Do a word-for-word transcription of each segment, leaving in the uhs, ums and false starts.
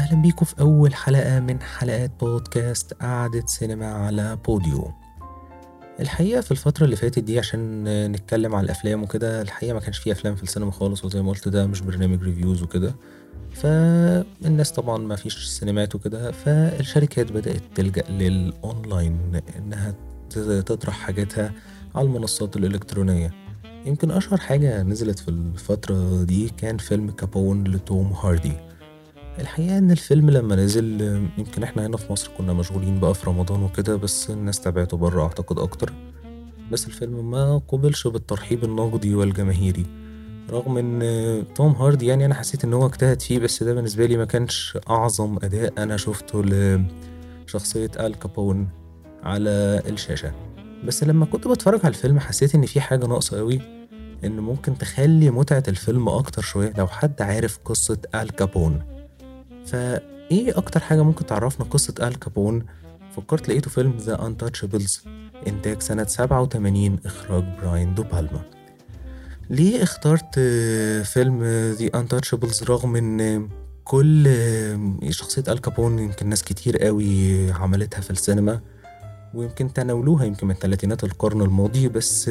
أهلا بيكم في أول حلقة من حلقات بودكاست قعدة سينما على بوديو. الحقيقة في الفترة اللي فاتت دي عشان نتكلم على الأفلام وكده، الحقيقة ما كانش فيه أفلام في السينما خالص، وزي ما قلت ده مش برنامج ريفيوز وكده، فالناس طبعا ما فيش سينمات وكده، فالشركات بدأت تلجأ للأونلاين إنها تطرح حاجاتها على المنصات الإلكترونية. يمكن أشهر حاجة نزلت في الفترة دي كان فيلم كابون لتوم هاردي. الحقيقة ان الفيلم لما نزل يمكن احنا هنا في مصر كنا مشغولين بقى في رمضان وكده، بس الناس تابعته بره اعتقد اكتر. بس الفيلم ما قبلش بالترحيب النقدي والجماهيري، رغم ان توم هاردي يعني انا حسيت ان هو اجتهد فيه، بس ده بالنسبة لي ما كانش اعظم اداء انا شفته لشخصية آل كابون على الشاشة. بس لما كنت بتفرج على الفيلم حسيت ان في حاجة ناقصة قوي، ان ممكن تخلي متعة الفيلم اكتر شوية لو حد عارف قصة آل كابون. فايه اكتر حاجة ممكن تعرفنا قصة آل كابون؟ فكرت لقيته فيلم ذا انتاتشابلز، انتاج سنة سبعة وثمانين، اخراج براين دو بالما. ليه اخترت فيلم ذا انتاتشابلز رغم ان كل شخصية آل كابون يمكن ناس كتير قوي عملتها في السينما ويمكن تناولوها يمكن من ثلاثينات القرن الماضي، بس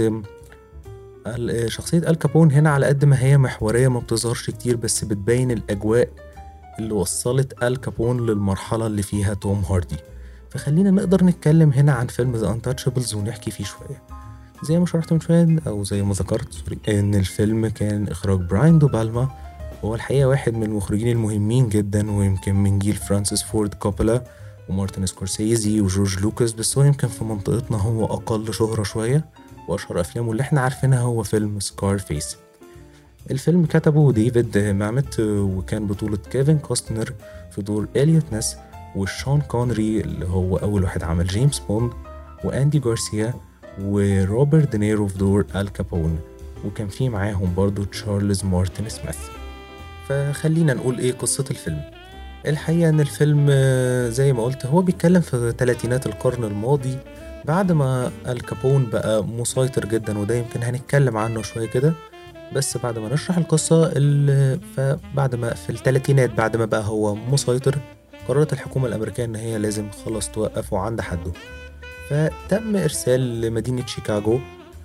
شخصية آل كابون هنا على قد ما هي محورية ما بتظهرش كتير، بس بتبين الأجواء اللي وصلت آل كابون للمرحلة اللي فيها توم هاردي. فخلينا نقدر نتكلم هنا عن فيلم ذا انتاتشابلز ونحكي فيه شوية. زي ما شرحت من شوية أو زي ما ذكرت سوري إن الفيلم كان إخراج براين دو بالما، وهو الحقيقة واحد من المخرجين المهمين جدا، ويمكن من جيل فرانسيس فورد كوبولا ومارتن سكورسيزي وجورج لوكاس، بس هو يمكن في منطقتنا هو أقل شهرة شوية، وأشهر أفلامه اللي احنا عارفينها هو فيلم سكارفيس. الفيلم كتبه ديفيد مامت، وكان بطولة كيفن كوستنر في دور إليوت نس، وشون كونري اللي هو أول واحد عمل جيمس بوند، وأندي غارسيا، وروبرت دينيرو في دور آل كابون، وكان فيه معاهم برضو تشارلز مارتن سميث. فخلينا نقول إيه قصة الفيلم. الحقيقة إن الفيلم زي ما قلت هو بيتكلم في ثلاثينات القرن الماضي، بعد ما آل كابون بقى مسيطر جدا، وده يمكن هنتكلم عنه شوية كده. بس بعد ما نشرح القصة، فبعد ما في الثلاثينات بعد ما بقى هو مسيطر، قررت الحكومة الأمريكية إن هي لازم خلاص توقفه عند حده. فتم إرسال لمدينة شيكاغو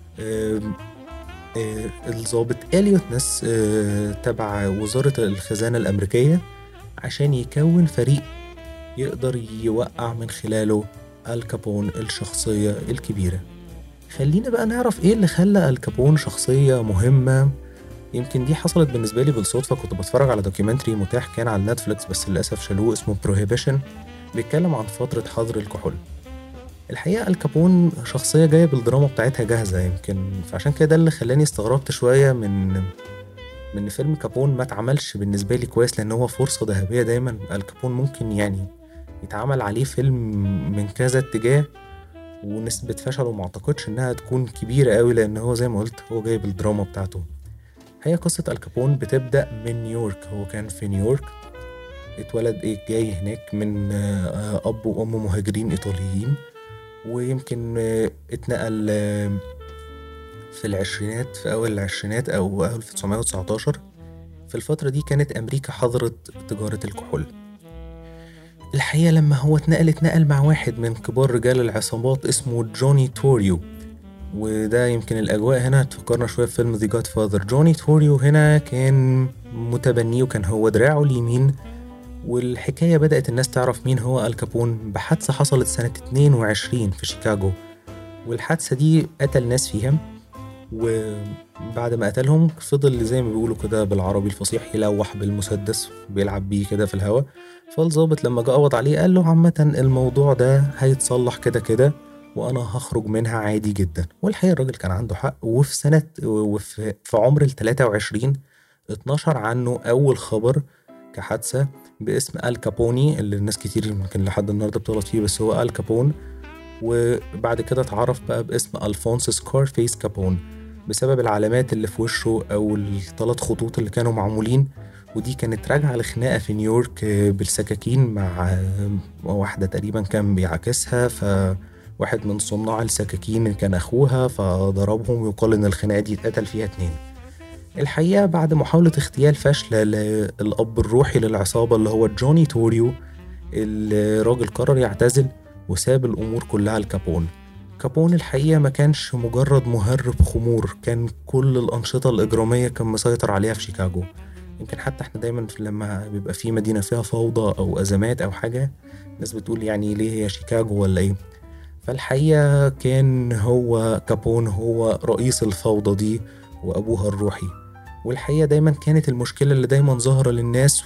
الضابط إليوت نس تبع وزارة الخزانة الأمريكية عشان يكون فريق يقدر يوقع من خلاله آل كابون الشخصية الكبيرة. خلينا بقى نعرف ايه اللي خلى آل كابون شخصية مهمة. يمكن دي حصلت بالنسبة لي بالصدفة، كنت بتفرج على دوكيومنتري متاح كان على نتفليكس بس للأسف شالوه، اسمه بروهيبيشن، بيتكلم عن فترة حظر الكحول. الحقيقة آل كابون شخصية جاية بالدراما بتاعتها جاهزة، يمكن فعشان كده اللي خلاني استغربت شوية من من فيلم كابون ما اتعملش بالنسبة لي كويس، لأن هو فرصة ذهبية. دايما آل كابون ممكن يعني يتعمل عليه فيلم من كذا اتجاه، ونسبة فشله ما اعتقدش انها تكون كبيرة قوي، لان هو زي ما قلت هو جايب الدراما بتاعته. هي قصة آل كابون بتبدأ من نيويورك، هو كان في نيويورك، اتولد ايه جاي هناك من اب وام مهاجرين ايطاليين، ويمكن اتنقل في العشرينات، في اول العشرينات او ألف وتسعمائة وتسعة عشر. في الفترة دي كانت امريكا حظرت تجارة الكحول. الحقيقة لما هو اتنقل اتنقل مع واحد من كبار رجال العصابات اسمه جوني توريو، وده يمكن الأجواء هنا تفكرنا شوية في فيلم The Godfather. جوني توريو هنا كان متبني وكان هو دراعه اليمين، والحكاية بدأت الناس تعرف مين هو آل كابون بحادثة حصلت سنة اتنين وعشرين في شيكاغو، والحادثة دي قتل ناس فيها، وبعد ما قتلهم فضل زي ما بيقولوا كده بالعربي الفصيح يلوح بالمسدس بيلعب بيه كده في الهواء. فالظابط لما جاء قبض عليه قال له عامة الموضوع ده هيتصلح كده كده وانا هخرج منها عادي جدا. والحقيقة الراجل كان عنده حق، وفي سنة وفي في عمر ال ثلاثة وعشرين اتنشر عنه اول خبر كحادثة باسم آل كابوني، اللي الناس كتير يمكن لحد النهاردة بتغلط فيه، بس هو آل كابون. وبعد كده اتعرف بقى باسم ألفونس سكارفيس كابون بسبب العلامات اللي في وشه او الثلاث خطوط اللي كانوا معمولين، ودي كانت راجعة لخناقة في نيويورك بالسكاكين مع واحدة تقريبا كان بيعاكسها، فواحد من صناع السكاكين كان أخوها فضربهم، ويقال إن الخناقة دي اتقتل فيها اتنين. الحقيقة بعد محاولة اغتيال فاشلة للأب الروحي للعصابة اللي هو جوني توريو، الراجل قرر يعتزل وساب الأمور كلها لكابون. كابون الحقيقة ما كانش مجرد مهرب خمور، كان كل الأنشطة الإجرامية كان مسيطر عليها في شيكاغو. يمكن حتى احنا دايما في- لما بيبقى في مدينة فيها فوضى أو أزمات أو حاجة، الناس بتقول يعني ليه هي شيكاغو ولا إيه. فالحقيقة كان هو كابون هو رئيس الفوضى دي وأبوها الروحي. والحقيقة دايما كانت المشكلة اللي دايما ظاهرة للناس،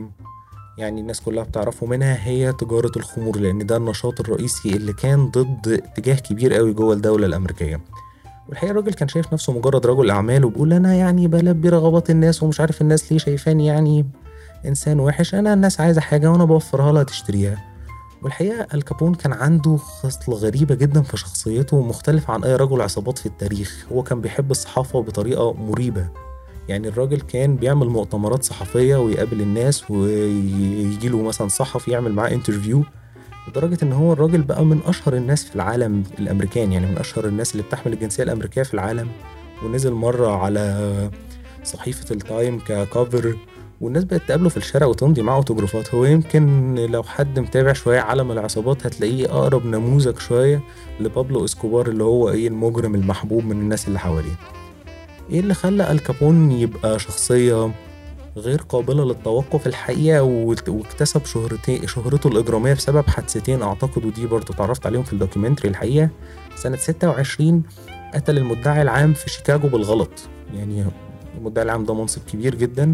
ويعني الناس كلها بتعرفه منها، هي تجارة الخمور، لأن ده النشاط الرئيسي اللي كان ضد اتجاه كبير قوي جوه الدولة الأمريكية. والحقيقة الراجل كان شايف نفسه مجرد رجل أعمال، وبيقول أنا يعني بلبي رغبات الناس، ومش عارف الناس ليه شايفاني يعني إنسان وحش، أنا الناس عايزة حاجة وأنا بوفرها لها تشتريها. والحقيقة الكابون كان عنده خصلة غريبة جدا في شخصيته، مختلفة عن أي رجل عصابات في التاريخ. هو كان بيحب الصحافة بطريقة مريبة. يعني الراجل كان بيعمل مؤتمرات صحفية ويقابل الناس ويجي له مثلا صحفي يعمل معاه انترفيو، لدرجة ان هو الراجل بقى من اشهر الناس في العالم الامريكان، يعني من اشهر الناس اللي بتحمل الجنسية الامريكية في العالم. ونزل مرة على صحيفة التايم ككافر، والناس بقت تقابله في الشارع وتمضي معاه اوتوجرافات. هو يمكن لو حد متابع شوية عالم العصابات هتلاقيه اقرب نموذج شوية لبابلو اسكوبار، اللي هو ايه المجرم المحبوب من الناس اللي حواليه. ايه اللي خلى الكابون يبقى شخصية غير قابلة للتوقف الحقيقة، وت- واكتسب شهرتين شهرته الإجرامية بسبب حادثتين أعتقد، ودي برضه اتعرفت عليهم في الدوكيومنتري الحقيقة. سنة ستة وعشرين قتل المدعي العام في شيكاغو بالغلط. يعني المدعي العام ده منصب كبير جدا،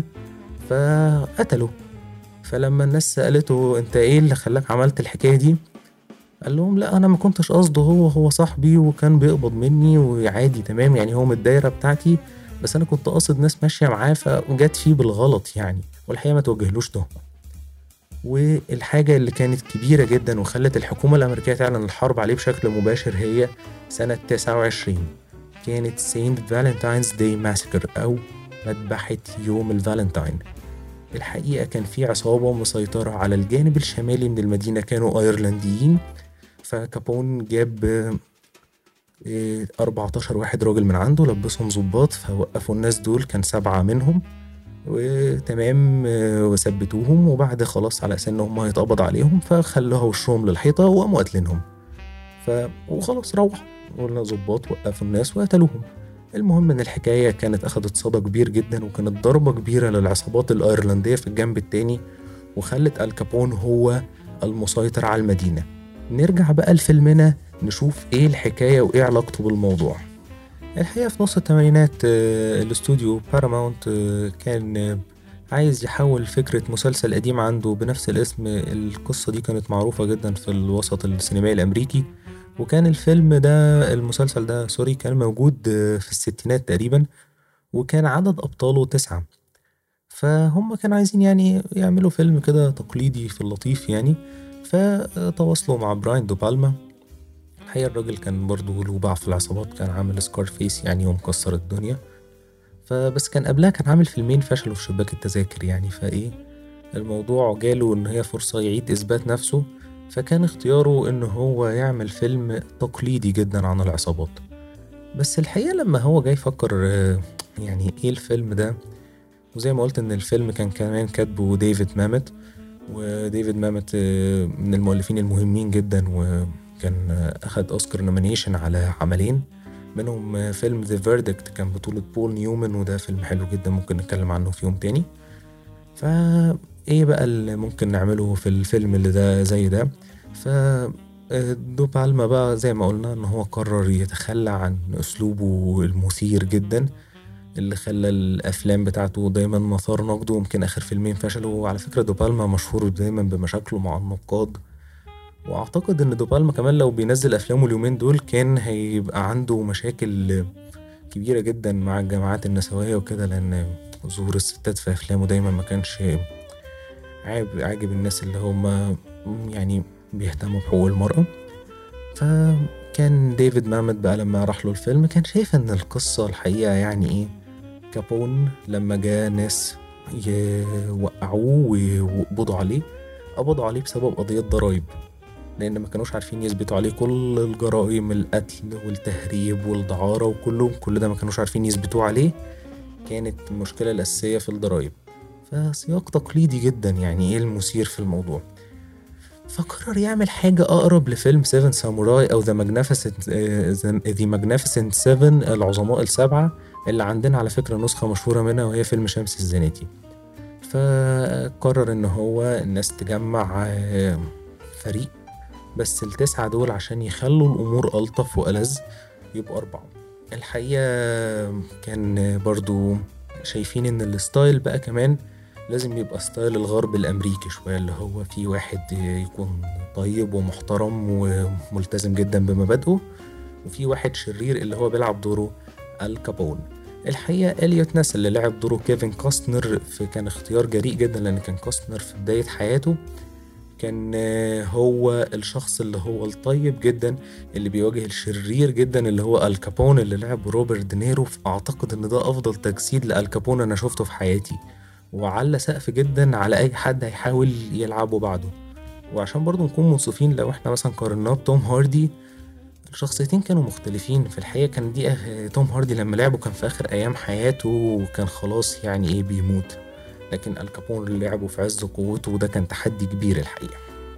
فقتله. فلما الناس سألته انت ايه اللي خلاك عملت الحكاية دي، قال لهم لا انا ما كنتش قصده، هو هو صاحبي وكان بيقبض مني وعادي تمام، يعني هو من الدايره بتاعتي، بس انا كنت قاصد ناس ماشيه معاه فجت فيه بالغلط يعني، والحقيقه ما توجهلوش تهمه. والحاجه اللي كانت كبيره جدا وخلت الحكومه الامريكيه تعلن الحرب عليه بشكل مباشر هي سنه تسعة وعشرين، كانت سينت فالنتاينز داي ماسكر او مذبحه يوم الفالنتاين. الحقيقه كان في عصابه مسيطره على الجانب الشمالي من المدينه، كانوا ايرلنديين. فكابون جاب إيه، أربعتاشر واحد راجل من عنده، لبسهم ضباط، فوقفوا الناس دول، كان سبعة منهم وتمام، آه، وثبتوهم، وبعد خلاص على أساس إن هم هيتقبض عليهم فخلوها وشهم للحيطة وقاموا قاتلينهم. ف وخلاص روحوا، قلنا ضباط وقفوا الناس وقتلوهم. المهم إن الحكاية كانت أخدت صدى كبير جدا، وكانت ضربة كبيرة للعصابات الأيرلندية في الجنب التاني، وخلت الكابون هو المسيطر على المدينة. نرجع بقى لفيلمنا نشوف ايه الحكاية وايه علاقته بالموضوع. الحقيقة في نص الثمانينات آه، الاستوديو باراماونت آه، كان آه، عايز يحول فكرة مسلسل قديم عنده بنفس الاسم. القصة دي كانت معروفة جدا في الوسط السينمائي الأمريكي، وكان الفيلم ده المسلسل ده سوري كان موجود آه، في الستينات تقريبا، وكان عدد أبطاله تسعة. فهم كانوا عايزين يعني يعملوا فيلم كده تقليدي في اللطيف يعني، فتواصلوا مع براين دو بالما. الحقيقة الراجل كان برضه له باع في العصابات، كان عامل سكار فيس يعني ومكسر الدنيا. فبس كان قبلها كان عامل فيلمين فشلوا في شباك التذاكر يعني، فايه الموضوع جاله ان هي فرصة يعيد اثبات نفسه. فكان اختياره ان هو يعمل فيلم تقليدي جدا عن العصابات. بس الحقيقة لما هو جاي يفكر آه، يعني ايه الفيلم ده، وزي ما قلت ان الفيلم كان كمان كاتبه ديفيد مامت، وديفيد مامت آه، من المؤلفين المهمين جدا، وكان آه، أخد أوسكار نومينيشن على عملين منهم آه، فيلم ذا فيردكت كان بطولة بول نيومان، وده فيلم حلو جدا ممكن نتكلم عنه في يوم تاني. فا ايه بقى اللي ممكن نعمله في الفيلم اللي ده زي ده؟ ف آه، دو بالما بقى زي ما قلنا ان هو قرر يتخلى عن اسلوبه المثير جدا اللي خلى الافلام بتاعته دايما مثار نقد، ويمكن اخر فيلمين فشلوا. وعلى فكره دوبالما مشهور دايما بمشاكله مع النقاد، واعتقد ان دوبالما كمان لو بينزل افلامه اليومين دول كان هيبقى عنده مشاكل كبيره جدا مع الجماعات النسويه وكده، لان ظهور الستات في افلامه دايما ما كانش عاجب عاجب الناس اللي هم يعني بيهتموا بحقوق المرأة. فكان ديفيد مامت بقى لما راح له الفيلم كان شايف ان القصة الحقيقة يعني ايه، كابون لما جاء ناس يوقعوه ويقبضوا عليه، قبضوا عليه بسبب قضية ضرايب، لأن ما كانوش عارفين يثبتوا عليه كل الجرائم، القتل والتهريب والدعارة وكله كل ده ما كانوش عارفين يثبتوه عليه. كانت المشكلة الأساسية في الضرايب. فسياق تقليدي جدا، يعني ايه المثير في الموضوع؟ فقرر يعمل حاجة أقرب لفيلم سيفن ساموراي أو ذا ماجنيفيسنت ذا ماجنيفيسنت سيفن، العظماء السبعة، اللي عندنا على فكرة نسخة مشهورة منها وهي فيلم شمس الزناتي. فقرر إن هو الناس تجمع آه، فريق، بس التسعة دول عشان يخلوا الأمور ألطف وألذ يبقوا أربعة. الحقيقة كان برضو شايفين إن الستايل بقى كمان لازم يبقى ستايل الغرب الأمريكي شوية، اللي هو فيه واحد يكون طيب ومحترم وملتزم جدا بمبادئه، وفي واحد شرير اللي هو بيلعب دوره الكابون. الحقيقة إليوت ناس اللي لعب دوره كيفن كوستنر في كان اختيار جريء جدا، لأن كان كوستنر في بداية حياته كان هو الشخص اللي هو الطيب جدا اللي بيواجه الشرير جدا اللي هو الكابون اللي لعب روبرت دينيرو. فأعتقد إن ده أفضل تجسيد لالكابون أنا شفته في حياتي، وعلى سقف جدا على أي حد هيحاول يلعبه بعده. وعشان برضو نكون منصفين، لو احنا مثلا قارناه بتوم هاردي، الشخصيتين كانوا مختلفين. في الحقيقة كان دي أه... توم هاردي لما لعبه كان في آخر أيام حياته وكان خلاص يعني إيه بيموت، لكن الكابون اللي لعبه في عز قوته وده كان تحدي كبير الحقيقة.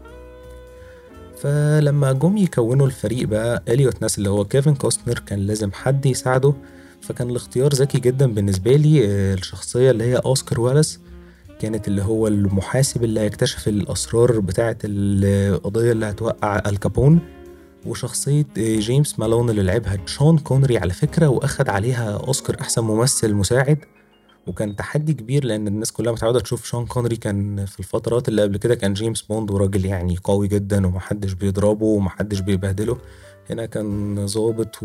فلما جم يكونوا الفريق بقى، إليوت ناس اللي هو كيفن كوستنر كان لازم حد يساعده، فكان الاختيار ذكي جدا بالنسبة لي. الشخصية اللي هي أوسكار والاس كانت اللي هو المحاسب اللي هيكتشف الأسرار بتاعة القضية اللي هتوقع الكابون، وشخصية جيمس مالون اللي لعبها شون كونري على فكرة، وأخد عليها أوسكار أحسن ممثل مساعد. وكان تحدي كبير لأن الناس كلها متعودة تشوف شون كونري كان في الفترات اللي قبل كده كان جيمس بوند وراجل يعني قوي جدا ومحدش بيضربه ومحدش بيبهدله. هنا كان ضابط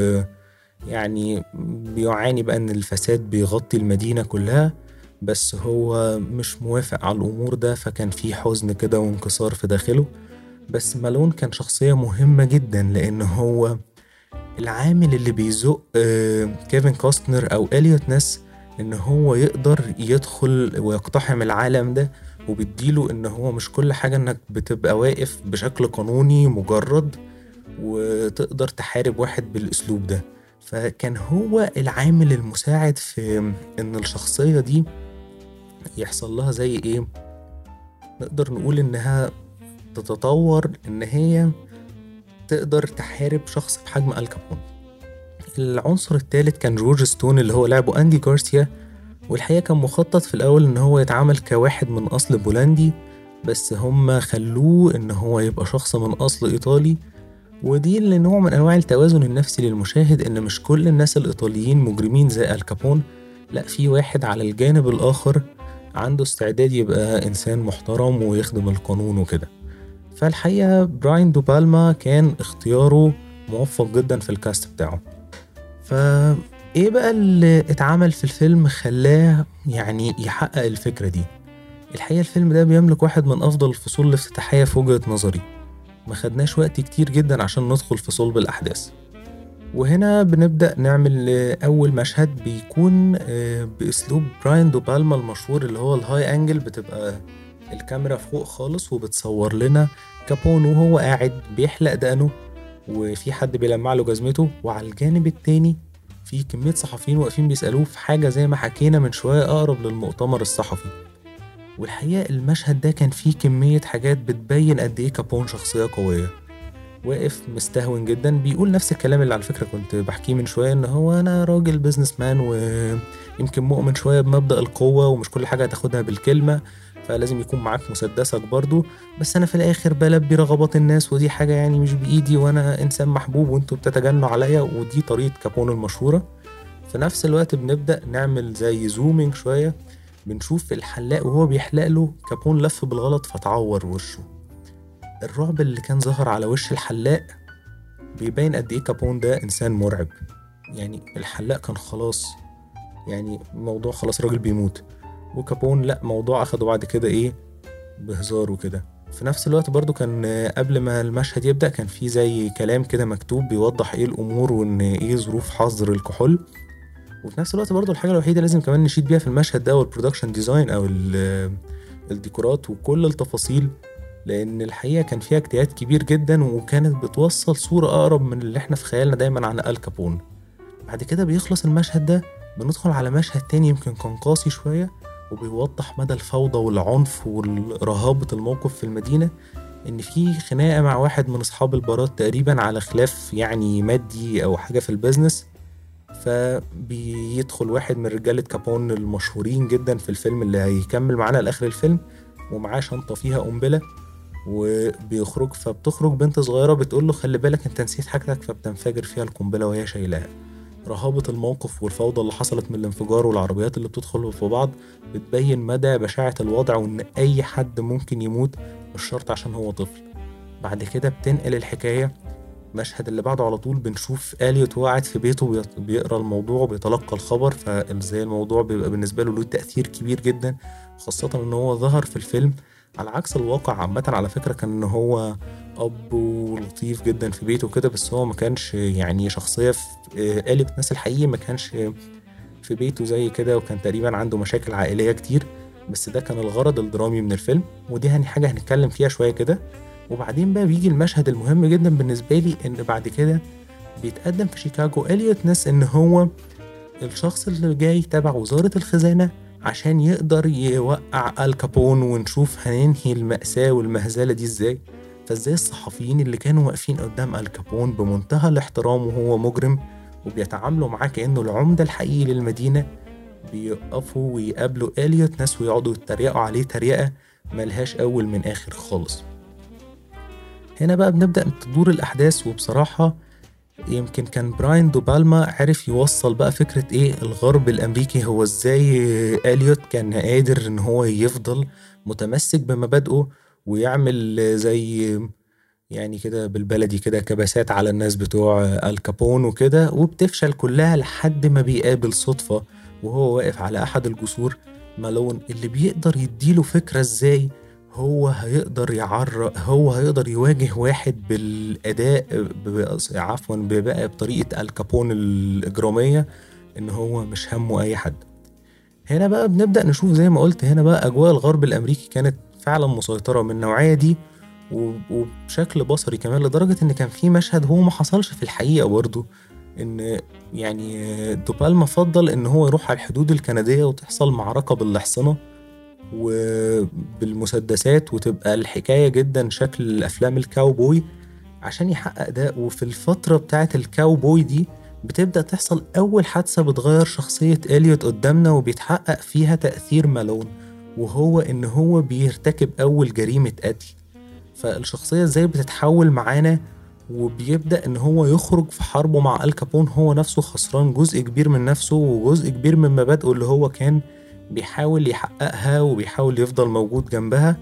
ويعني بيعاني بقى إن الفساد بيغطي المدينة كلها، بس هو مش موافق على الأمور ده، فكان في حزن كده وانكسار في داخله. بس مالون كان شخصية مهمة جدا لأن هو العامل اللي بيزق كيفن كوستنر أو إليوت ناس إن هو يقدر يدخل ويقتحم العالم ده، وبيديله إن هو مش كل حاجة إنك بتبقى واقف بشكل قانوني مجرد وتقدر تحارب واحد بالأسلوب ده. فكان هو العامل المساعد في إن الشخصية دي يحصل لها زي إيه، نقدر نقول إنها تتطور إن هي تقدر تحارب شخص بحجم الكابون. العنصر الثالث كان جورج ستون اللي هو لعبه أندي غارسيا، والحقيقة كان مخطط في الأول إن هو يتعامل كواحد من أصل بولندي، بس هم خلوه إن هو يبقى شخص من أصل إيطالي، ودي لنوع من أنواع التوازن النفسي للمشاهد، إن مش كل الناس الإيطاليين مجرمين زي الكابون، لأ في واحد على الجانب الآخر عنده استعداد يبقى إنسان محترم ويخدم القانون وكده. فالحقيقة براين دو بالما كان اختياره موفق جدا في الكاست بتاعه. فايه بقى اللي اتعمل في الفيلم خلاه يعني يحقق الفكرة دي؟ الحقيقة الفيلم ده بيملك واحد من افضل الفصول الافتتاحية في وجهة نظري، ما خدناش وقت كتير جدا عشان ندخل في صلب الاحداث. وهنا بنبدأ نعمل اول مشهد بيكون باسلوب براين دو بالما المشهور اللي هو الهاي انجل، بتبقى الكاميرا فوق خالص وبتصور لنا كابون وهو قاعد بيحلق دقنه وفي حد بيلمع له جزمته، وعلى الجانب التاني في كمية صحفيين واقفين بيسألوه في حاجة زي ما حكينا من شوية أقرب للمؤتمر الصحفي. والحقيقة المشهد ده كان فيه كمية حاجات بتبين قد إيه كابون شخصية قوية، واقف مستهون جدا بيقول نفس الكلام اللي على فكرة كنت بحكيه من شوية، إن هو أنا راجل بيزنس مان ويمكن مؤمن شوية بمبدأ القوة ومش كل حاجة هتاخدها بالكلمة، فلازم يكون معاك مسدسك برضو، بس أنا في الآخر بلبي رغبات الناس ودي حاجة يعني مش بإيدي وأنا إنسان محبوب وأنتوا بتتجنوا عليا. ودي طريقة كابون المشهورة. في نفس الوقت بنبدأ نعمل زي زومينج شوية، بنشوف الحلاق وهو بيحلق له كابون لف بالغلط فتعور وشه. الرعب اللي كان ظهر على وش الحلاق بيبين قد إيه كابون ده إنسان مرعب. يعني الحلاق كان خلاص يعني موضوع خلاص راجل بيموت، وكابون لأ موضوع أخده بعد كده إيه بهزار وكده. في نفس الوقت برضو كان قبل ما المشهد يبدأ كان في زي كلام كده مكتوب بيوضح إيه الأمور وإن إيه ظروف حظر الكحول. وفي نفس الوقت برضو الحاجة الوحيدة لازم كمان نشيد بيها في المشهد ده هو البرودكشن ديزاين أو الديكورات وكل التفاصيل، لأن الحقيقة كان فيها اجتهاد كبير جدا وكانت بتوصل صورة أقرب من اللي احنا في خيالنا دايما عن الكابون. بعد كده بيخلص المشهد ده بندخل على مشهد تاني يمكن كان قاسي شوية، وبيوضح مدى الفوضى والعنف ورهابة الموقف في المدينة. إن في خناقة مع واحد من أصحاب البارات تقريبا على خلاف يعني مادي أو حاجة في البيزنس. فبيدخل واحد من رجالة كابون المشهورين جدا في الفيلم اللي هيكمل معانا لآخر الفيلم، ومعاه شنطة فيها قنبلة، وبيخرج. فبتخرج بنت صغيرة بتقول له خلي بالك انت نسيت حاجتك، فبتنفجر فيها القنبلة وهي شايلاها. رهابة الموقف والفوضى اللي حصلت من الانفجار والعربيات اللي بتدخل في بعض بتبين مدى بشاعة الوضع، وإن أي حد ممكن يموت، مش شرط عشان هو طفل. بعد كده بتنقل الحكاية، المشهد اللي بعده على طول بنشوف إليوت وقعد في بيته بيط- بيقرأ الموضوع وبيتلقى الخبر. فازاي الموضوع بيبقى بالنسبة له له تأثير كبير جدا، خاصة إن هو ظهر في الفيلم على عكس الواقع عامة. على فكرة كان إن هو أب ولطيف جدا في بيته كده، بس هو ما كانش يعني شخصية في آه، قالب ناس الحقيقي، ما كانش في بيته زي كده، وكان تقريبا عنده مشاكل عائلية كتير. بس ده كان الغرض الدرامي من الفيلم، ودي يعني حاجة هنتكلم فيها شوية كده. وبعدين بقى بيجي المشهد المهم جدا بالنسبة لي، إن بعد كده بيتقدم في شيكاغو إليوت ناس إن هو الشخص اللي جاي تبع وزارة الخزانة عشان يقدر يوقع آل كابون، ونشوف هننهي المأساة والمهزلة دي ازاي. فازاي الصحفيين اللي كانوا واقفين قدام آل كابون بمنتهى الاحترام وهو مجرم وبيتعاملوا معاه كأنه العمدة الحقيقي للمدينة، بيقفوا ويقابلوا إليوت ناس ويقعدوا يتريقوا عليه تريقة ملهاش أول من آخر خالص. هنا بقى بنبدأ تدور الأحداث، وبصراحة يمكن كان براين دو بالما عرف يوصل بقى فكرة ايه الغرب الامريكي، هو ازاي اليوت كان قادر ان هو يفضل متمسك بمبادئه ويعمل زي يعني كده بالبلدي كده كبسات على الناس بتوع الكابون وكده، وبتفشل كلها لحد ما بيقابل صدفة وهو واقف على احد الجسور مالون، اللي بيقدر يديله فكرة ازاي هو هيقدر يعرق هو هيقدر يواجه واحد بالأداء ب- عفوا بقى بطريقة الكابون الإجرامية، إن هو مش همه أي حد. هنا بقى بنبدأ نشوف زي ما قلت، هنا بقى أجواء الغرب الأمريكي كانت فعلا مسيطرة من النوعية دي، و- وبشكل بصري كمان، لدرجة إن كان في مشهد هو ما حصلش في الحقيقة برضه. إن يعني دوبالما فضل إن هو يروح على الحدود الكندية وتحصل معركة بالأحصنة وبالمسدسات، وتبقى الحكاية جدا شكل الأفلام الكاوبوي عشان يحقق ده. وفي الفترة بتاعت الكاوبوي دي بتبدأ تحصل أول حادثة بتغير شخصية إليوت قدامنا، وبيتحقق فيها تأثير مالون، وهو إن هو بيرتكب أول جريمة قتل. فالشخصية إزاي بتتحول معانا، وبيبدأ إن هو يخرج في حربه مع آل كابون هو نفسه خسران جزء كبير من نفسه وجزء كبير من مبادئه اللي هو كان بيحاول يحققها وبيحاول يفضل موجود جنبها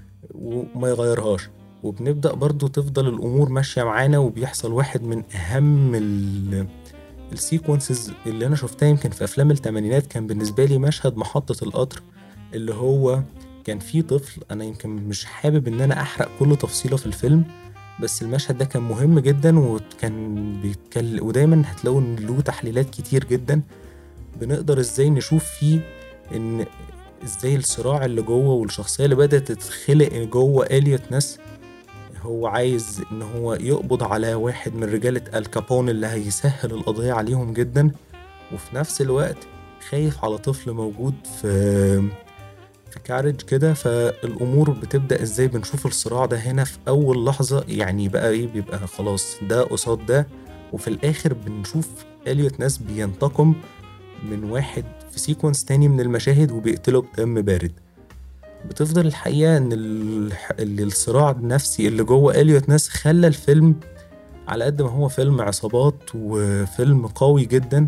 وما يغيرهاش. وبنبدأ برضو تفضل الأمور ماشية معانا، وبيحصل واحد من أهم ال السيكونسز اللي أنا شفتها يمكن في أفلام التمانينات، كان بالنسبة لي مشهد محطة القطر، اللي هو كان فيه طفل. أنا يمكن مش حابب إن أنا أحرق كل تفصيلة في الفيلم، بس المشهد ده كان مهم جدا، وكان بيتكلم، ودايما هتلاقوا إن له تحليلات كتير جدا بنقدر إزاي نشوف فيه إن إزاي الصراع اللي جوه والشخصية اللي بدأت تتخلق جوه إليوت ناس، هو عايز إن هو يقبض على واحد من رجالة الكابون اللي هيسهل القضية عليهم جدا، وفي نفس الوقت خايف على طفل موجود في في كارج كده. فالأمور بتبدأ إزاي بنشوف الصراع ده هنا في أول لحظة، يعني بقى إيه، بيبقى خلاص ده قصاد ده، وفي الآخر بنشوف إليوت ناس بينتقم من واحد في سيكونس تاني من المشاهد وبيقتله بدم بارد. بتفضل الحقيقة إن الح- اللي الصراع النفسي اللي جوه إليوت ناس خلى الفيلم على قد ما هو فيلم عصابات وفيلم قوي جدا،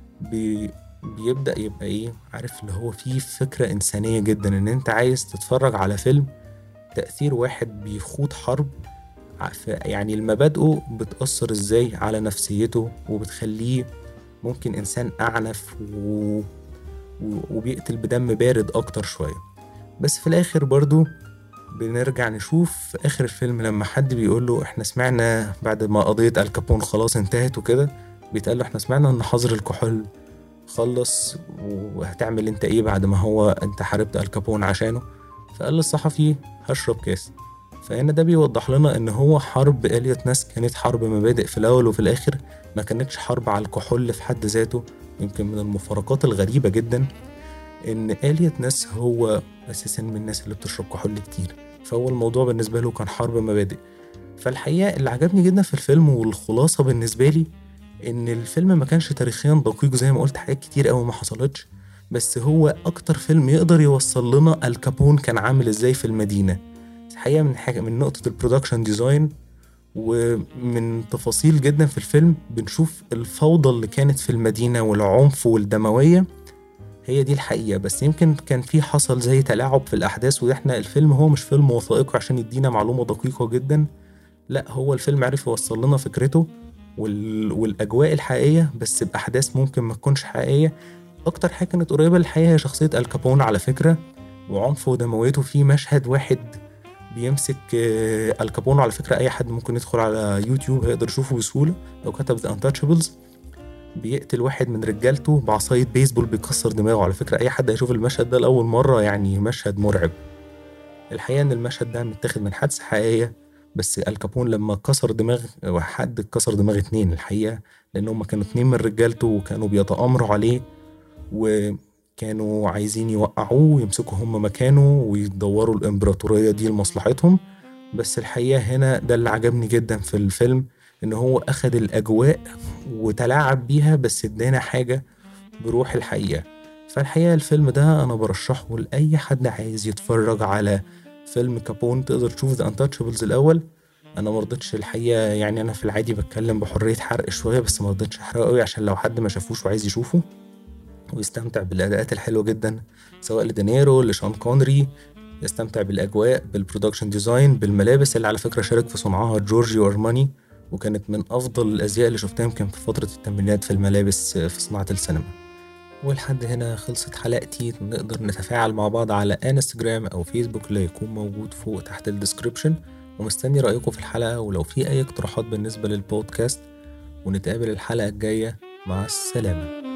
بي بيبدأ يبقى إيه، عارف اللي هو فيه فكرة إنسانية جدا، إن أنت عايز تتفرج على فيلم تأثير واحد بيخوض حرب، ع- ف- يعني المبادئه بتأثر إزاي على نفسيته وبتخليه ممكن إنسان أعنف و... و- وبيقتل بدم بارد أكتر شوية. بس في الآخر برضو بنرجع نشوف في آخر الفيلم لما حد بيقول له إحنا سمعنا بعد ما قضية الكابون خلاص انتهت وكده، بيتقال له إحنا سمعنا إن حظر الكحول خلص، وهتعمل انت ايه بعد ما هو انت حاربت الكابون عشانه؟ فقال للصحفي هشرب كاس. فهنا ده بيوضح لنا ان هو حرب إليوت ناس كانت حرب مبادئ في الاول وفي الاخر، ما كانتش حرب على الكحول في حد ذاته، يمكن من المفارقات الغريبة جدا إن إليوت ناس هو أساسا من الناس اللي بتشرب كحول كتير، فهو الموضوع بالنسبة له كان حرب مبادئ. فالحقيقة اللي عجبني جدا في الفيلم والخلاصة بالنسبة لي إن الفيلم ما كانش تاريخيا دقيق زي ما قلت، حاجات كتير أوي ما حصلتش، بس هو أكتر فيلم يقدر يوصل لنا الكابون كان عامل إزاي في المدينة. الحقيقة من حاجة من نقطة البرودكشن ديزاين ومن تفاصيل جدا في الفيلم بنشوف الفوضى اللي كانت في المدينة والعنف والدموية، هي دي الحقيقة. بس يمكن كان في حصل زي تلاعب في الأحداث، وإحنا الفيلم هو مش فيلم وثائقي عشان يدينا معلومة دقيقة جدا، لا هو الفيلم عرف يوصل لنا فكرته وال... والأجواء الحقيقية بس بأحداث ممكن ما تكونش حقيقية. أكتر حاجة كانت قريبة للحقيقة هي شخصية الكابون على فكرة، وعنفه ودمويته. في مشهد واحد بيمسك الكابون، على فكرة أي حد ممكن يدخل على يوتيوب هيقدر يشوفه بسهولة لو كتب The Untouchables، بيقتل واحد من رجالته بعصاية بيسبول، بيكسر دماغه. على فكرة أي حد هيشوف المشهد ده لأول مرة يعني مشهد مرعب. الحقيقة إن المشهد ده متاخد من حادثة حقيقية، بس الكابون لما كسر دماغ حد كسر دماغ اتنين الحقيقة، لأن هما كانوا اتنين من رجالته وكانوا بيتآمروا عليه وكانوا عايزين يوقعوه ويمسكوا هما مكانه ويدوروا الإمبراطورية دي لمصلحتهم. بس الحقيقة هنا ده اللي عجبني جدا في الفيلم، إن هو أخد الأجواء وتلاعب بيها بس ادانا حاجة بروح الحقيقة. فالحقيقة الفيلم ده أنا برشحه لأي حد عايز يتفرج على فيلم كابون. تقدر تشوف The Untouchables الأول. أنا مرضتش الحقيقة، يعني أنا في العادي بتكلم بحرية حرق شوية، بس مرضتش أحرقه قوي عشان لو حد ما شافوش وعايز يشوفه ويستمتع بالأداءات الحلوة جدا سواء لدينيرو لشون كونري، يستمتع بالأجواء بالبرودكشن ديزاين بالملابس اللي على فكرة شارك في صنعها جورجيو أرماني، وكانت من أفضل الأزياء اللي شفتها يمكن في فترة الثمانينات في الملابس في صناعة السينما. ولحد هنا خلصت حلقتي. نقدر نتفاعل مع بعض على انستجرام أو فيسبوك اللي يكون موجود فوق تحت الديسكريبشن، ومستني رأيكم في الحلقة ولو في أي اقتراحات بالنسبة للبودكاست، ونتقابل الحلقة الجاية. مع السلامة.